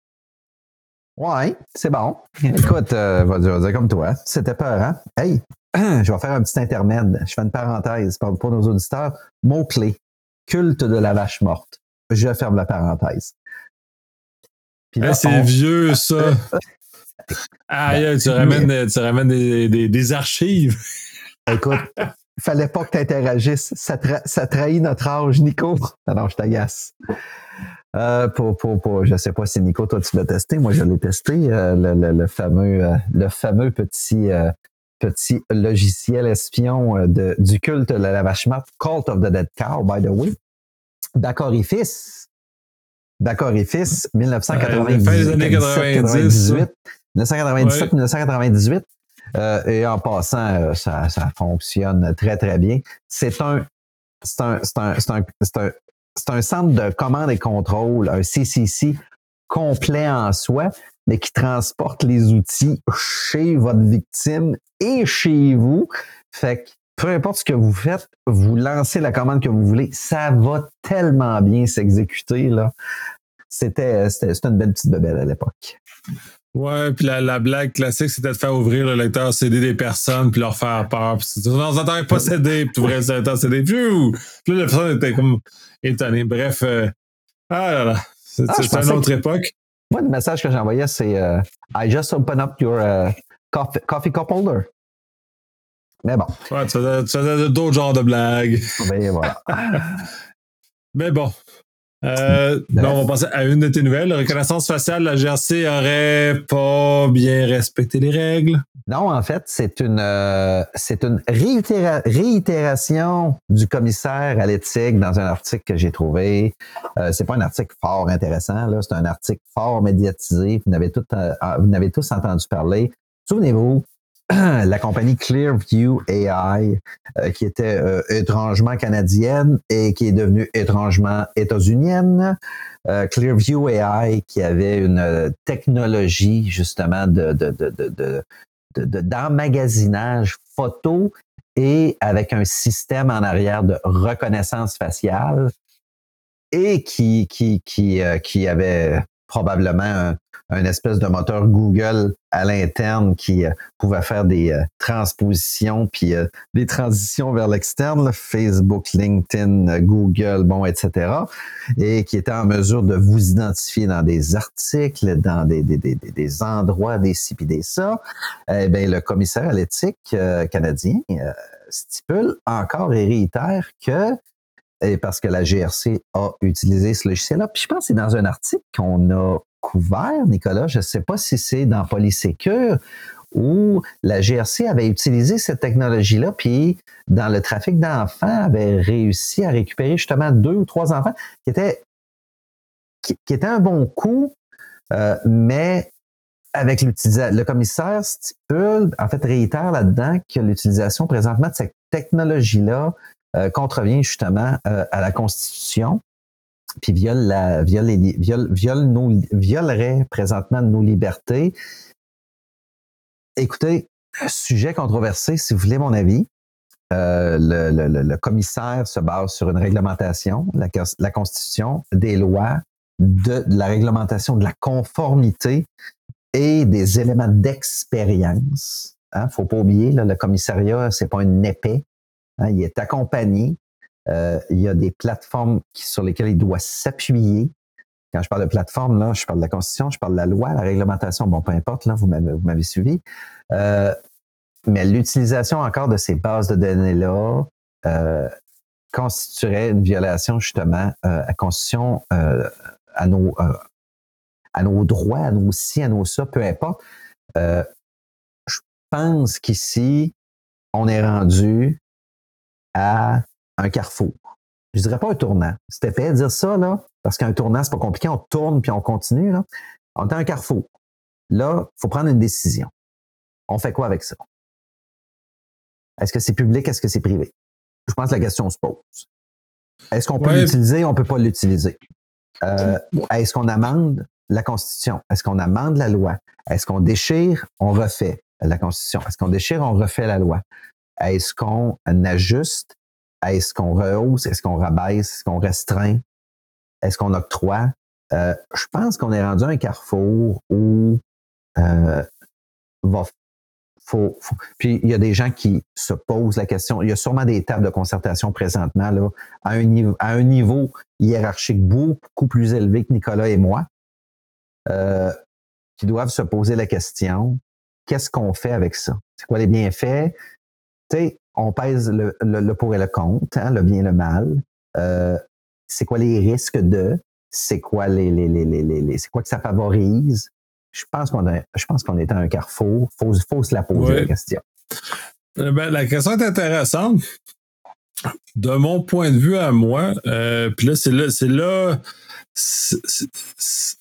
B: Ouais, c'est bon. Écoute, je vais dire comme toi, c'était peur, hein? Hey, je vais faire un petit intermède. Je fais une parenthèse pour nos auditeurs. Mot-clé, culte de la vache morte. Je ferme la parenthèse.
A: Puis là, c'est vieux, ça. Tu ramènes des archives.
B: Écoute, fallait pas que tu interagisses. Ça trahit notre âge, Nico. Non, je t'agace. Je sais pas si Nico, toi, tu l'as testé. Moi, je l'ai testé. Le fameux petit logiciel espion du culte de la vache morte, Cult of the Dead Cow, by the way. D'Acorifice, 1998. 1997-1998. Et en passant, ça fonctionne très, très bien. C'est un centre de commande et contrôle, un CCC complet en soi, mais qui transporte les outils chez votre victime et chez vous. Fait que peu importe ce que vous faites, vous lancez la commande que vous voulez, ça va tellement bien s'exécuter, là. C'était une belle petite bebelle à l'époque.
A: Ouais, puis la blague classique, c'était de faire ouvrir le lecteur CD des personnes puis leur faire peur. Puis on s'entendait pas CD, puis tu ouvrais le lecteur CD, puis là, la personne était comme étonnée. Bref, ah là là, c'est une autre époque.
B: Moi, le message que j'envoyais, c'est I just open up your coffee cup holder. Mais bon.
A: Ouais, tu faisais d'autres genres de blagues.
B: Ben voilà.
A: Mais bon. On va passer à une de tes nouvelles. La reconnaissance faciale, la GRC aurait pas bien respecté les règles.
B: Non, en fait, c'est une réitération du commissaire à l'éthique dans un article que j'ai trouvé. C'est pas un article fort intéressant, là, c'est un article fort médiatisé. Vous n'avez tous entendu parler. Souvenez-vous, la compagnie Clearview AI, qui était étrangement canadienne et qui est devenue étrangement états-unienne. Clearview AI, qui avait une technologie justement d'emmagasinage photo et avec un système en arrière de reconnaissance faciale et qui avait probablement un espèce de moteur Google à l'interne qui pouvait faire des transpositions puis des transitions vers l'externe, Facebook, LinkedIn, Google, bon, etc. Et qui était en mesure de vous identifier dans des articles, dans des endroits, des ci puis des ça. Eh bien, le commissaire à l'éthique canadien stipule encore et réitère que et parce que la GRC a utilisé ce logiciel-là. Puis je pense que c'est dans un article qu'on a couvert, Nicolas, je ne sais pas si c'est dans Polysécure, où la GRC avait utilisé cette technologie-là, puis dans le trafic d'enfants, avait réussi à récupérer justement 2 ou 3 enfants qui étaient un bon coup, mais avec le commissaire stipule, en fait, réitère là-dedans que l'utilisation présentement de cette technologie-là contrevient justement à la Constitution, puis violerait présentement nos libertés. Écoutez, sujet controversé, si vous voulez mon avis. Le commissaire se base sur une réglementation, la Constitution, des lois, de la réglementation de la conformité et des éléments d'expérience. Faut pas oublier, là, le commissariat, c'est pas une épée. Il est accompagné. Il y a des plateformes sur lesquelles il doit s'appuyer. Quand je parle de plateforme, là, je parle de la Constitution, je parle de la loi, la réglementation, bon, peu importe, là, vous m'avez suivi. Mais l'utilisation encore de ces bases de données-là constituerait une violation justement à la Constitution, à nos droits, à nos ci, à nos ça, peu importe. Je pense qu'ici, on est rendu à un carrefour. Je dirais pas un tournant. C'était épais de dire ça, là, parce qu'un tournant, c'est pas compliqué. On tourne puis on continue, là. On est à un carrefour. Là, il faut prendre une décision. On fait quoi avec ça? Est-ce que c'est public? Est-ce que c'est privé? Je pense que la question se pose. Est-ce qu'on peut l'utiliser? On peut pas l'utiliser. Est-ce qu'on amende la Constitution? Est-ce qu'on amende la loi? Est-ce qu'on déchire? On refait la Constitution. Est-ce qu'on déchire? On refait la loi. Est-ce qu'on ajuste? Est-ce qu'on rehausse? Est-ce qu'on rabaisse? Est-ce qu'on restreint? Est-ce qu'on octroie? Je pense qu'on est rendu à un carrefour où puis il y a des gens qui se posent la question. Il y a sûrement des tables de concertation présentement là, à un niveau hiérarchique beaucoup plus élevé que Nicolas et moi, qui doivent se poser la question, qu'est-ce qu'on fait avec ça? C'est quoi les bienfaits? Tu sais, on pèse le pour et le contre, le bien et le mal. C'est quoi les risques de? C'est quoi c'est quoi que ça favorise? Je pense qu'on est à un carrefour. Faut se la poser, la question.
A: La question est intéressante. De mon point de vue à moi, puis là,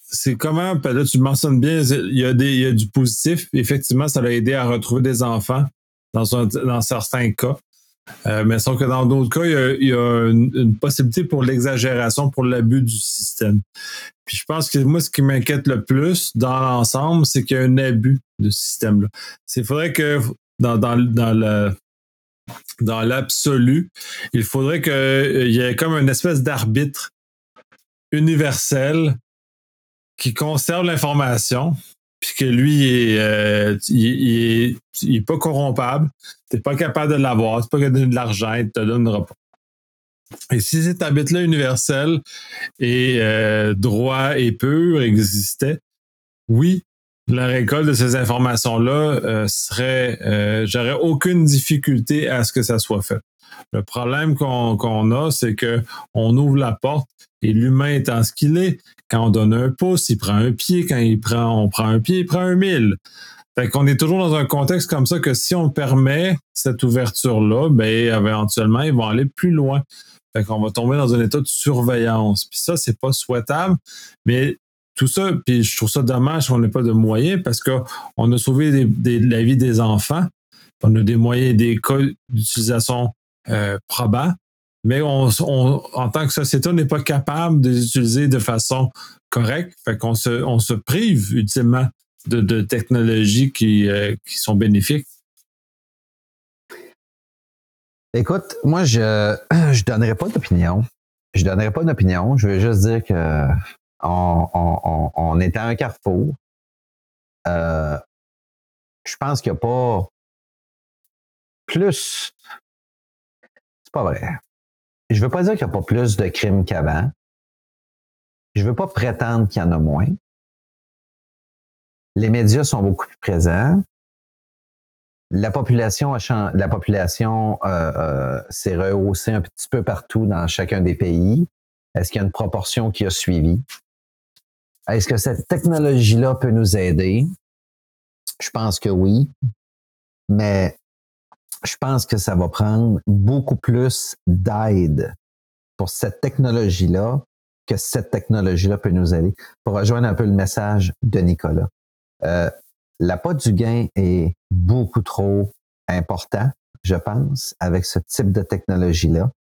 A: c'est comment, ben là, tu le mentionnes bien, il y a du positif. Effectivement, ça l'a aidé à retrouver des enfants dans certains cas. Mais sauf que dans d'autres cas, il y a une possibilité pour l'exagération, pour l'abus du système. Puis je pense que moi, ce qui m'inquiète le plus dans l'ensemble, c'est qu'il y a un abus de ce système-là. Il faudrait que dans l'absolu, il faudrait qu'il y ait comme une espèce d'arbitre universel qui conserve l'information, puis que lui, il est pas corrompable, t'es pas capable de l'avoir, c'est pas capable de donner de l'argent, il te donnera pas. Et si cet arbitre-là universel et droit et pur existait, oui, la récolte de ces informations-là j'aurais aucune difficulté à ce que ça soit fait. Le problème qu'on a, c'est qu'on ouvre la porte et l'humain étant ce qu'il est, quand on donne un pouce, il prend un pied, quand on prend un pied, il prend un mille. Fait qu'on est toujours dans un contexte comme ça que si on permet cette ouverture-là, ben éventuellement, ils vont aller plus loin. Fait qu'on va tomber dans un état de surveillance. Puis ça, c'est pas souhaitable, mais tout ça, puis je trouve ça dommage qu'on n'ait pas de moyens parce qu'on a sauvé la vie des enfants, on a des moyens, des cas d'utilisation probants, mais en tant que société, on n'est pas capable de les utiliser de façon correcte. Fait qu'on se prive ultimement de technologies qui sont bénéfiques.
B: Écoute, moi, je donnerai pas d'opinion. Je donnerai pas d'opinion. Je veux juste dire que on est à un carrefour. Je pense qu'il n'y a pas plus. C'est pas vrai. Je veux pas dire qu'il n'y a pas plus de crimes qu'avant. Je veux pas prétendre qu'il y en a moins. Les médias sont beaucoup plus présents. La population s'est rehaussée un petit peu partout dans chacun des pays. Est-ce qu'il y a une proportion qui a suivi? Est-ce que cette technologie-là peut nous aider? Je pense que oui. Mais je pense que ça va prendre beaucoup plus d'aide pour cette technologie-là que cette technologie-là peut nous aider. Pour rejoindre un peu le message de Nicolas. L'appât du gain est beaucoup trop important, je pense, avec ce type de technologie-là.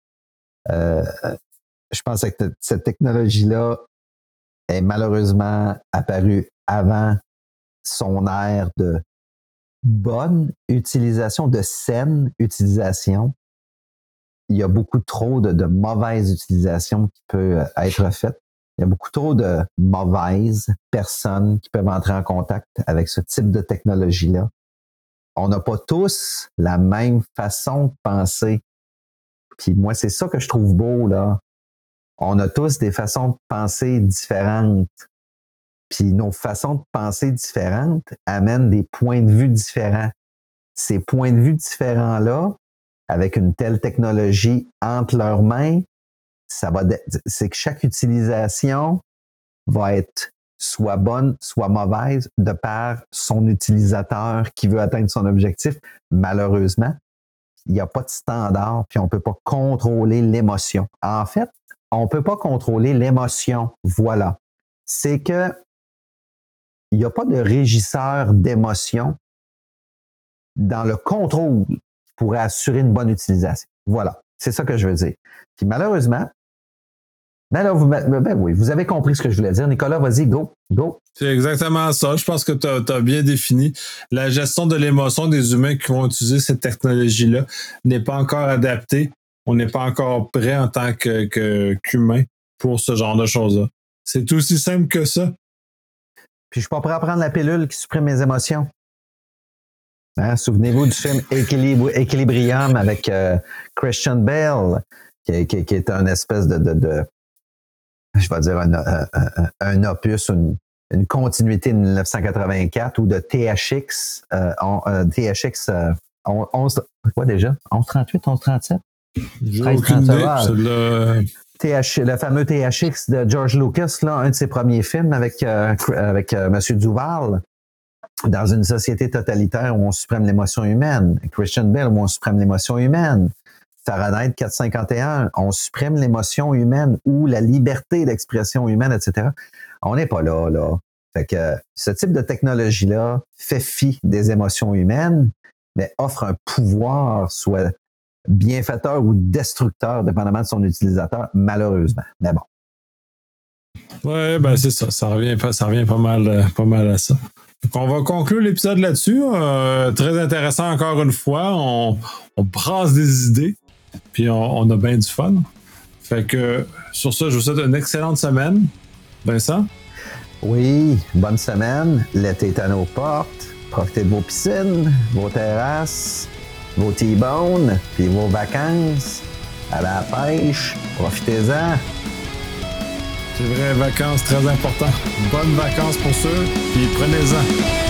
B: Je pense que cette technologie-là est malheureusement apparue avant son ère de bonne utilisation, de saine utilisation. Il y a beaucoup trop de mauvaise utilisation qui peut être faite. Il y a beaucoup trop de mauvaises personnes qui peuvent entrer en contact avec ce type de technologie-là. On n'a pas tous la même façon de penser. Puis moi, c'est ça que je trouve beau, là. On a tous des façons de penser différentes. Puis nos façons de penser différentes amènent des points de vue différents. Ces points de vue différents-là, avec une telle technologie entre leurs mains, c'est que chaque utilisation va être soit bonne, soit mauvaise de par son utilisateur qui veut atteindre son objectif. Malheureusement, il n'y a pas de standard, puis on ne peut pas contrôler l'émotion. En fait, on ne peut pas contrôler l'émotion. Voilà. C'est que il n'y a pas de régisseur d'émotion dans le contrôle qui pourrait assurer une bonne utilisation. Voilà. C'est ça que je veux dire. Puis malheureusement, oui, vous avez compris ce que je voulais dire. Nicolas, vas-y, go.
A: C'est exactement ça. Je pense que tu as bien défini. La gestion de l'émotion des humains qui vont utiliser cette technologie-là n'est pas encore adaptée. On n'est pas encore prêt en tant qu'humain pour ce genre de choses-là. C'est aussi simple que ça.
B: Puis je suis pas prêt à prendre la pilule qui supprime mes émotions. Hein? Souvenez-vous du film Equilibrium avec Christian Bale, qui est un espèce de je vais dire un opus, une continuité de 1984 ou de THX, THX 11, quoi déjà? 1138, 1137?
A: J'ai aucune idée.
B: Le fameux THX de George Lucas, là, un de ses premiers films avec M. Duval, dans une société totalitaire où on supprime l'émotion humaine. Christian Bale, où on supprime l'émotion humaine. Fahrenheit 451, on supprime l'émotion humaine ou la liberté d'expression humaine, etc. On n'est pas là, là. Fait que ce type de technologie-là fait fi des émotions humaines, mais offre un pouvoir, soit bienfaiteur ou destructeur, dépendamment de son utilisateur, malheureusement. Mais bon.
A: Ouais, ben c'est ça. Ça revient pas mal à ça. Donc on va conclure l'épisode là-dessus. Très intéressant encore une fois. On brasse des idées. Puis on a bien du fun. Fait que sur ça, je vous souhaite une excellente semaine. Vincent?
B: Oui, bonne semaine. L'été est à nos portes. Profitez de vos piscines, vos terrasses, vos T-bones, puis vos vacances. À la pêche. Profitez-en.
A: C'est vrai, vacances, très important. Bonnes vacances pour ceux, puis prenez-en.